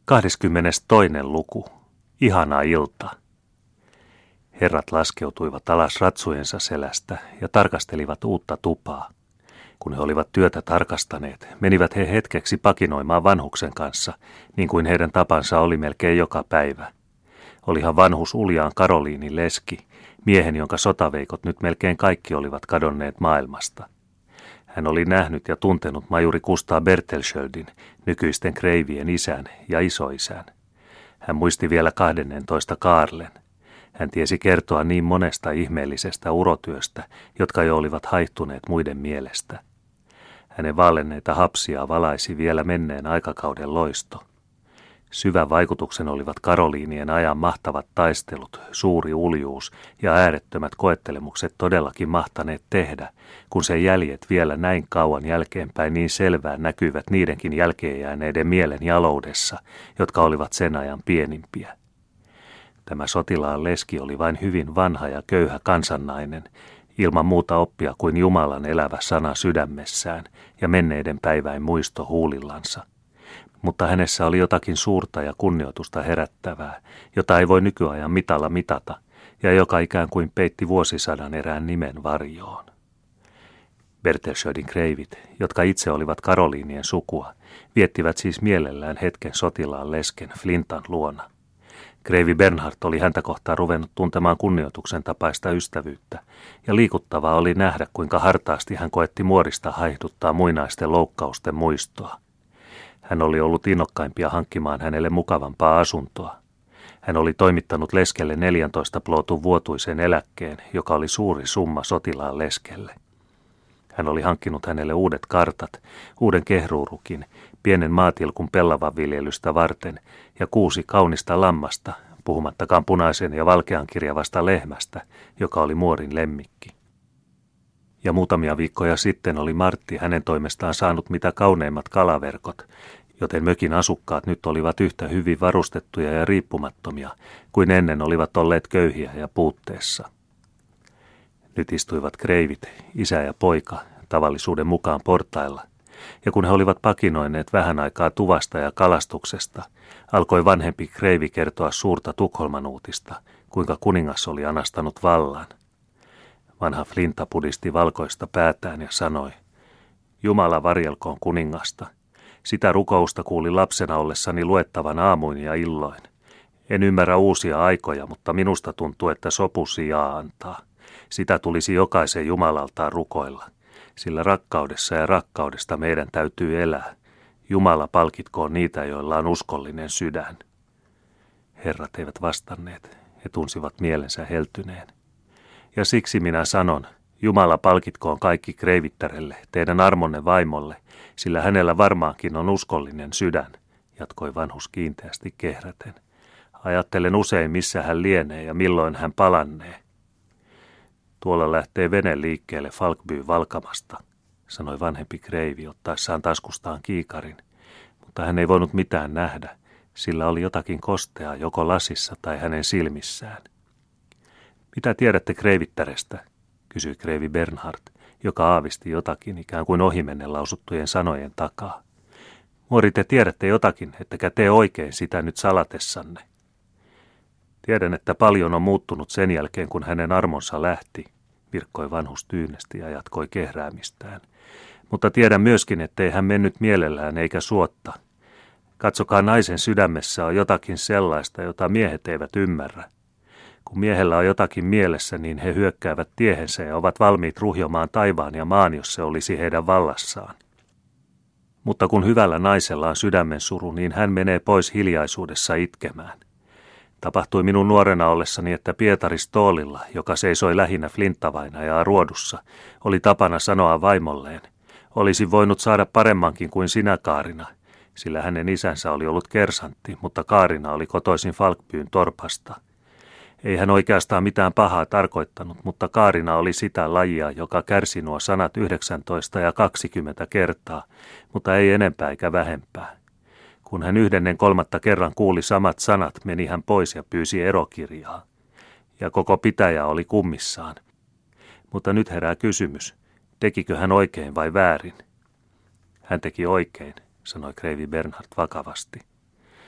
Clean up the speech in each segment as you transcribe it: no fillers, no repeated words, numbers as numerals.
22. luku. Ihana ilta. Herrat laskeutuivat alas ratsujensa selästä ja tarkastelivat uutta tupaa. Kun he olivat työtä tarkastaneet, menivät he hetkeksi pakinoimaan vanhuksen kanssa, niin kuin heidän tapansa oli melkein joka päivä. Olihan vanhus uljaan Karoliinin leski, miehen, jonka sotaveikot nyt melkein kaikki olivat kadonneet maailmasta. Hän oli nähnyt ja tuntenut majuri Kustaa Bertelschöldin, nykyisten kreivien isän ja isoisän. Hän muisti vielä 12 Kaarlen. Hän tiesi kertoa niin monesta ihmeellisestä urotyöstä, jotka jo olivat haihtuneet muiden mielestä. Hänen vaallenneita hapsia valaisi vielä menneen aikakauden loisto. Syvän vaikutuksen olivat Karoliinien ajan mahtavat taistelut, suuri uljuus ja äärettömät koettelemukset todellakin mahtaneet tehdä, kun sen jäljet vielä näin kauan jälkeenpäin niin selvään näkyivät niidenkin jälkeenjääneiden mielen jaloudessa, jotka olivat sen ajan pienimpiä. Tämä sotilaan leski oli vain hyvin vanha ja köyhä kansannainen, ilman muuta oppia kuin Jumalan elävä sana sydämessään ja menneiden päiväin muisto huulillansa. Mutta hänessä oli jotakin suurta ja kunnioitusta herättävää, jota ei voi nykyajan mitalla mitata, ja joka ikään kuin peitti vuosisadan erään nimen varjoon. Bertelschöldin kreivit, jotka itse olivat Karoliinien sukua, viettivät siis mielellään hetken sotilaan lesken Flintan luona. Kreivi Bernhard oli häntä kohtaan ruvennut tuntemaan kunnioituksen tapaista ystävyyttä, ja liikuttavaa oli nähdä, kuinka hartaasti hän koetti muorista haihduttaa muinaisten loukkausten muistoa. Hän oli ollut innokkaimpia hankkimaan hänelle mukavampaa asuntoa. Hän oli toimittanut leskelle 14 plootun vuotuisen eläkkeen, joka oli suuri summa sotilaan leskelle. Hän oli hankkinut hänelle uudet kartat, uuden kehruurukin, pienen maatilkun pellavanviljelystä varten ja 6 kaunista lammasta, puhumattakaan punaisen ja valkean kirjavasta lehmästä, joka oli muorin lemmikki. Ja muutamia viikkoja sitten oli Martti hänen toimestaan saanut mitä kauneimmat kalaverkot, joten mökin asukkaat nyt olivat yhtä hyvin varustettuja ja riippumattomia kuin ennen olivat olleet köyhiä ja puutteessa. Nyt istuivat kreivit, isä ja poika, tavallisuuden mukaan portailla, ja kun he olivat pakinoineet vähän aikaa tuvasta ja kalastuksesta, alkoi vanhempi kreivi kertoa suurta Tukholman uutista, kuinka kuningas oli anastanut vallan. Vanha Flinta pudisti valkoista päätään ja sanoi, Jumala varjelkoon kuningasta. Sitä rukousta kuulin lapsena ollessani luettavan aamuin ja illoin. En ymmärrä uusia aikoja, mutta minusta tuntuu, että sopu sijaa antaa. Sitä tulisi jokaisen Jumalaltaan rukoilla, sillä rakkaudessa ja rakkaudesta meidän täytyy elää. Jumala palkitkoon niitä, joilla on uskollinen sydän. Herrat eivät vastanneet, he tunsivat mielensä heltyneen. Ja siksi minä sanon, Jumala palkitkoon kaikki kreivittärelle, teidän armonne vaimolle, sillä hänellä varmaankin on uskollinen sydän, jatkoi vanhus kiinteästi kehräten. Ajattelen usein, missä hän lienee ja milloin hän palannee. Tuolla lähtee vene liikkeelle Falkbyn Valkamasta, sanoi vanhempi kreivi ottaessaan taskustaan kiikarin, mutta hän ei voinut mitään nähdä, sillä oli jotakin kosteaa joko lasissa tai hänen silmissään. Mitä tiedätte kreivittärestä, kysyi kreivi Bernhard, joka aavisti jotakin ikään kuin ohimennen lausuttujen sanojen takaa. Muori, te tiedätte jotakin, ettekä tee oikein sitä nyt salatessanne. Tiedän, että paljon on muuttunut sen jälkeen, kun hänen armonsa lähti, virkkoi vanhus tyynesti ja jatkoi kehräämistään. Mutta tiedän myöskin, ettei hän mennyt mielellään eikä suotta. Katsokaa, naisen sydämessä on jotakin sellaista, jota miehet eivät ymmärrä. Kun miehellä on jotakin mielessä, niin he hyökkäävät tiehensä ja ovat valmiit ruhjomaan taivaan ja maan, jos se olisi heidän vallassaan. Mutta kun hyvällä naisella on sydämen suru, niin hän menee pois hiljaisuudessa itkemään. Tapahtui minun nuorena ollessani, että Pietari Stoolilla, joka seisoi lähinnä Flinttavainajaa ruodussa, oli tapana sanoa vaimolleen, olisi voinut saada paremmankin kuin sinä, Kaarina, sillä hänen isänsä oli ollut kersantti, mutta Kaarina oli kotoisin Falkbyn torpasta. Ei hän oikeastaan mitään pahaa tarkoittanut, mutta Kaarina oli sitä lajia, joka kärsi nuo sanat 19 ja 20 kertaa, mutta ei enempää eikä vähempää. Kun hän 1/3 kerran kuuli samat sanat, meni hän pois ja pyysi erokirjaa. Ja koko pitäjä oli kummissaan. Mutta nyt herää kysymys, tekikö hän oikein vai väärin? Hän teki oikein, sanoi kreivi Bernhard vakavasti.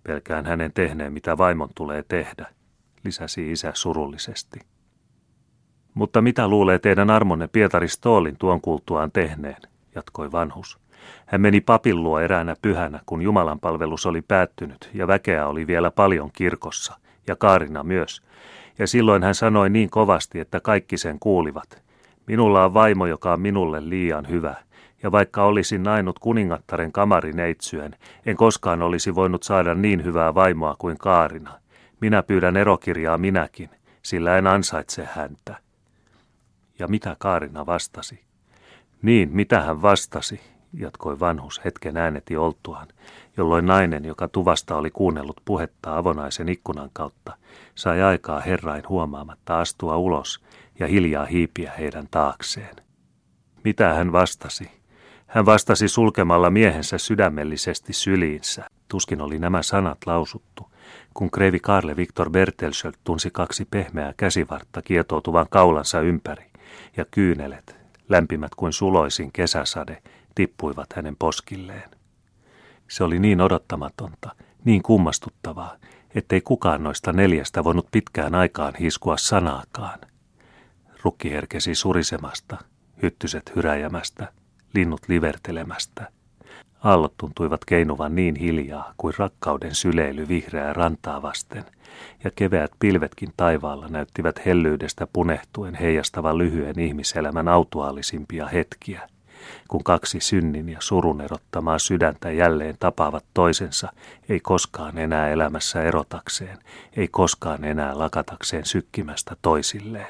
Pelkään hänen tehneen, mitä vaimon tulee tehdä, lisäsi isä surullisesti. Mutta mitä luulee teidän armonne Pietari Stoolin tuon kuultuaan tehneen, jatkoi vanhus. Hän meni papin luo eräänä pyhänä, kun Jumalan palvelus oli päättynyt ja väkeä oli vielä paljon kirkossa, ja Kaarina myös. Ja silloin hän sanoi niin kovasti, että kaikki sen kuulivat. Minulla on vaimo, joka on minulle liian hyvä, ja vaikka olisin nainut kuningattaren kamarineitsyön, en koskaan olisi voinut saada niin hyvää vaimoa kuin Kaarina. Minä pyydän erokirjaa minäkin, sillä en ansaitse häntä. Ja mitä Kaarina vastasi? Niin, mitä hän vastasi, jatkoi vanhus hetken ääneti oltuaan, jolloin nainen, joka tuvasta oli kuunnellut puhetta avonaisen ikkunan kautta, sai aikaa herrain huomaamatta astua ulos ja hiljaa hiipiä heidän taakseen. Mitä hän vastasi? Hän vastasi sulkemalla miehensä sydämellisesti syliinsä. Tuskin oli nämä sanat lausuttu, kun kreivi Karle Viktor Bertelschöld tunsi kaksi pehmeää käsivartta kietoutuvan kaulansa ympäri, ja kyynelet, lämpimät kuin suloisin kesäsade, tippuivat hänen poskilleen. Se oli niin odottamatonta, niin kummastuttavaa, ettei kukaan noista neljästä voinut pitkään aikaan hiskua sanaakaan. Rukki herkesi surisemasta, hyttyset hyräjämästä, linnut livertelemästä. Aallot tuntuivat keinuvan niin hiljaa kuin rakkauden syleily vihreää rantaa vasten, ja keveät pilvetkin taivaalla näyttivät hellyydestä punehtuen heijastavan lyhyen ihmiselämän autuaalisimpia hetkiä, kun kaksi synnin ja surun erottamaa sydäntä jälleen tapaavat toisensa, ei koskaan enää elämässä erotakseen, ei koskaan enää lakatakseen sykkimästä toisilleen.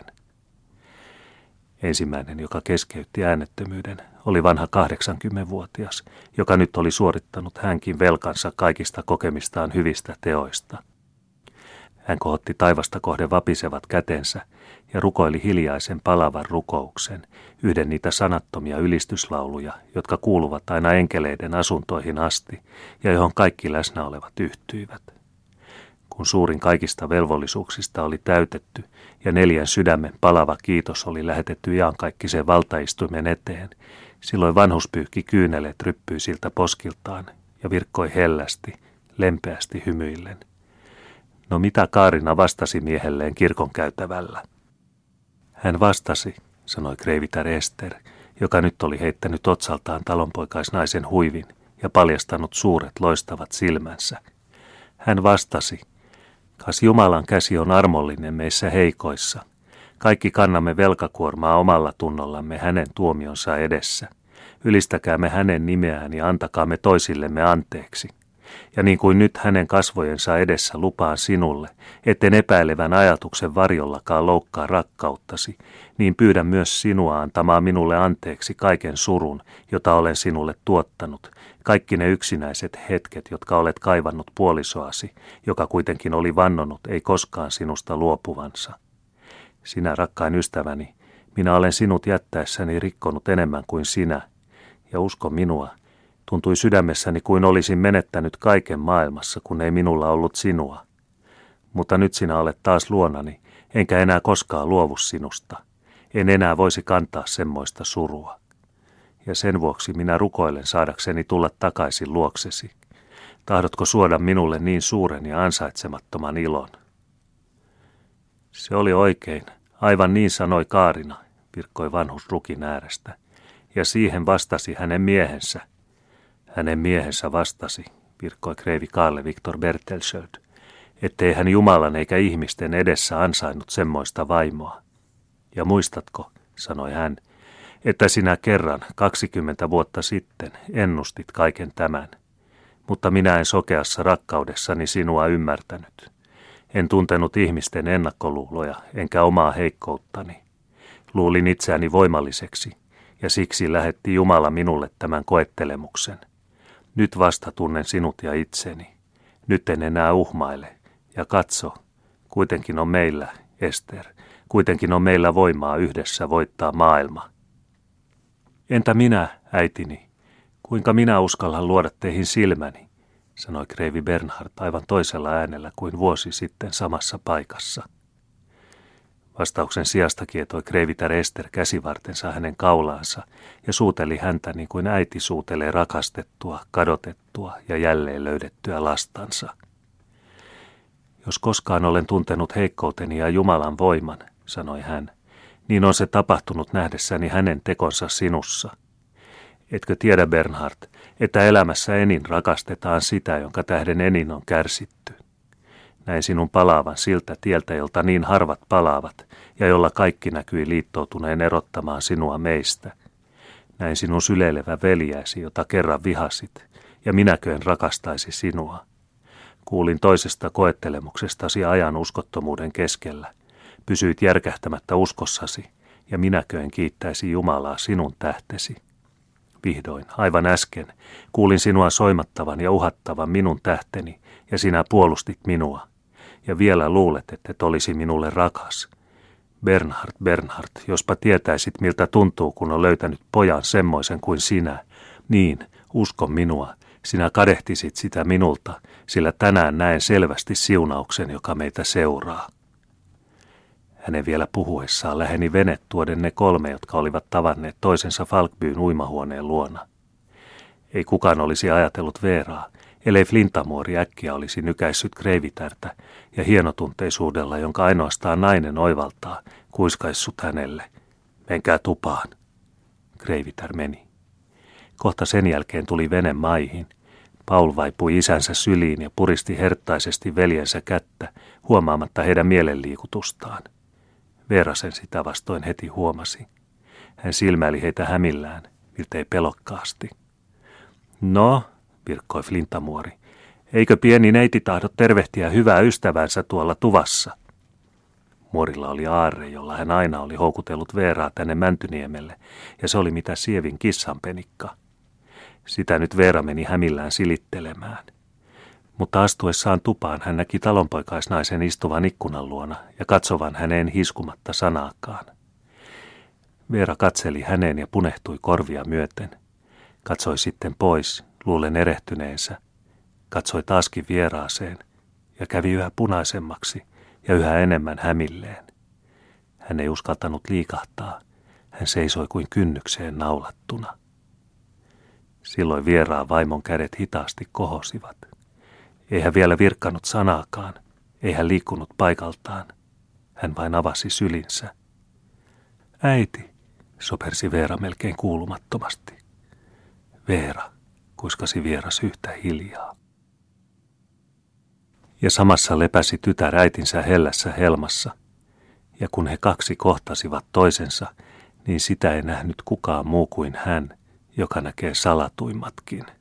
Ensimmäinen, joka keskeytti äänettömyyden, oli vanha 80-vuotias, joka nyt oli suorittanut hänkin velkansa kaikista kokemistaan hyvistä teoista. Hän kohotti taivasta kohden vapisevat kätensä ja rukoili hiljaisen palavan rukouksen, yhden niitä sanattomia ylistyslauluja, jotka kuuluvat aina enkeleiden asuntoihin asti ja johon kaikki läsnä olevat yhtyivät. Kun suurin kaikista velvollisuuksista oli täytetty ja neljän sydämen palava kiitos oli lähetetty iankaikkisen valtaistuimen eteen, silloin vanhus pyyhki kyynelet ryppyisiltä poskiltaan ja virkkoi hellästi, lempeästi hymyillen. No mitä Kaarina vastasi miehelleen kirkon käytävällä? Hän vastasi, sanoi kreivitar Ester, joka nyt oli heittänyt otsaltaan talonpoikaisnaisen huivin ja paljastanut suuret loistavat silmänsä. Hän vastasi, kas Jumalan käsi on armollinen meissä heikoissa. Kaikki kannamme velkakuormaa omalla tunnollamme hänen tuomionsa edessä. Ylistäkäämme hänen nimeään ja antakaamme toisillemme anteeksi. Ja niin kuin nyt hänen kasvojensa edessä lupaan sinulle, etten epäilevän ajatuksen varjollakaan loukkaa rakkauttasi, niin pyydän myös sinua antamaan minulle anteeksi kaiken surun, jota olen sinulle tuottanut, kaikki ne yksinäiset hetket, jotka olet kaivannut puolisoasi, joka kuitenkin oli vannonut ei koskaan sinusta luopuvansa. Sinä, rakkain ystäväni, minä olen sinut jättäessäni rikkonut enemmän kuin sinä, ja usko minua, tuntui sydämessäni kuin olisin menettänyt kaiken maailmassa, kun ei minulla ollut sinua. Mutta nyt sinä olet taas luonani, enkä enää koskaan luovu sinusta. En enää voisi kantaa semmoista surua. Ja sen vuoksi minä rukoilen saadakseni tulla takaisin luoksesi. Tahdotko suoda minulle niin suuren ja ansaitsemattoman ilon? Se oli oikein, aivan niin sanoi Kaarina, virkkoi vanhus rukin äärestä, ja siihen vastasi hänen miehensä. Hänen miehensä vastasi, virkkoi kreivi Karle Viktor Bertelschöld, ettei hän Jumalan eikä ihmisten edessä ansainnut semmoista vaimoa. Ja muistatko, sanoi hän, että sinä kerran 20 vuotta sitten ennustit kaiken tämän, mutta minä en sokeassa rakkaudessani sinua ymmärtänyt. En tuntenut ihmisten ennakkoluuloja enkä omaa heikkouttani. Luulin itseäni voimalliseksi ja siksi lähetti Jumala minulle tämän koettelemuksen. Nyt vasta tunnen sinut ja itseni. Nyt en enää uhmaile. Ja katso, kuitenkin on meillä, Ester, kuitenkin on meillä voimaa yhdessä voittaa maailma. Entä minä, äitini? Kuinka minä uskallan luoda teihin silmäni? Sanoi kreivi Bernhard aivan toisella äänellä kuin vuosi sitten samassa paikassa. Vastauksen sijasta kietoi kreivitar Ester käsivartensa hänen kaulaansa ja suuteli häntä niin kuin äiti suutelee rakastettua, kadotettua ja jälleen löydettyä lastansa. Jos koskaan olen tuntenut heikkouteni ja Jumalan voiman, sanoi hän, niin on se tapahtunut nähdessäni hänen tekonsa sinussa. Etkö tiedä, Bernhard, että elämässä enin rakastetaan sitä, jonka tähden enin on kärsitty? Näin sinun palaavan siltä tieltä, jolta niin harvat palaavat, ja jolla kaikki näkyi liittoutuneen erottamaan sinua meistä. Näin sinun syleilevä veljäsi, jota kerran vihasit, ja minäkö en rakastaisi sinua. Kuulin toisesta koettelemuksestasi ajan uskottomuuden keskellä. Pysyit järkähtämättä uskossasi, ja minäkö en kiittäisi Jumalaa sinun tähtesi. Vihdoin, aivan äsken, kuulin sinua soimattavan ja uhattavan minun tähteni, ja sinä puolustit minua. Ja vielä luulet, että et olisi minulle rakas. Bernhard, Bernhard, jospa tietäisit, miltä tuntuu, kun on löytänyt pojan semmoisen kuin sinä. Niin, usko minua, sinä kadehtisit sitä minulta, sillä tänään näen selvästi siunauksen, joka meitä seuraa. Hänen vielä puhuessaan läheni vene tuoden ne 3, jotka olivat tavanneet toisensa Falkbyn uimahuoneen luona. Ei kukaan olisi ajatellut Veeraa, ellei Flintamuori äkkiä olisi nykäissyt kreivitärtä ja hienotunteisuudella, jonka ainoastaan nainen oivaltaa, kuiskaissut hänelle. Menkää tupaan. Kreivitär meni. Kohta sen jälkeen tuli vene maihin. Paul vaipui isänsä syliin ja puristi herttaisesti veljensä kättä, huomaamatta heidän mielenliikutustaan. Veera sen sitä vastoin heti huomasi. Hän silmäili heitä hämillään, miltei pelokkaasti. No, virkkoi Flintamuori, eikö pieni neiti tahdo tervehtiä hyvää ystävänsä tuolla tuvassa? Muorilla oli aarre, jolla hän aina oli houkutellut Veeraa tänne Mäntyniemelle, ja se oli mitä sievin kissanpenikka. Sitä nyt Veera meni hämillään silittelemään. Mutta astuessaan tupaan hän näki talonpoikaisnaisen istuvan ikkunan luona ja katsovan häneen hiskumatta sanaakaan. Veera katseli häneen ja punehtui korvia myöten. Katsoi sitten pois, luulen erehtyneensä. Katsoi taaskin vieraaseen ja kävi yhä punaisemmaksi ja yhä enemmän hämilleen. Hän ei uskaltanut liikahtaa. Hän seisoi kuin kynnykseen naulattuna. Silloin vieraan vaimon kädet hitaasti kohosivat. Ei hän vielä virkkanut sanaakaan, ei hän liikkunut paikaltaan. Hän vain avasi sylinsä. Äiti, sopersi Veera melkein kuulumattomasti. Veera, kuiskasi vieras yhtä hiljaa. Ja samassa lepäsi tytär äitinsä hellässä helmassa. Ja kun he 2 kohtasivat toisensa, niin sitä ei nähnyt kukaan muu kuin hän, joka näkee salatuimmatkin.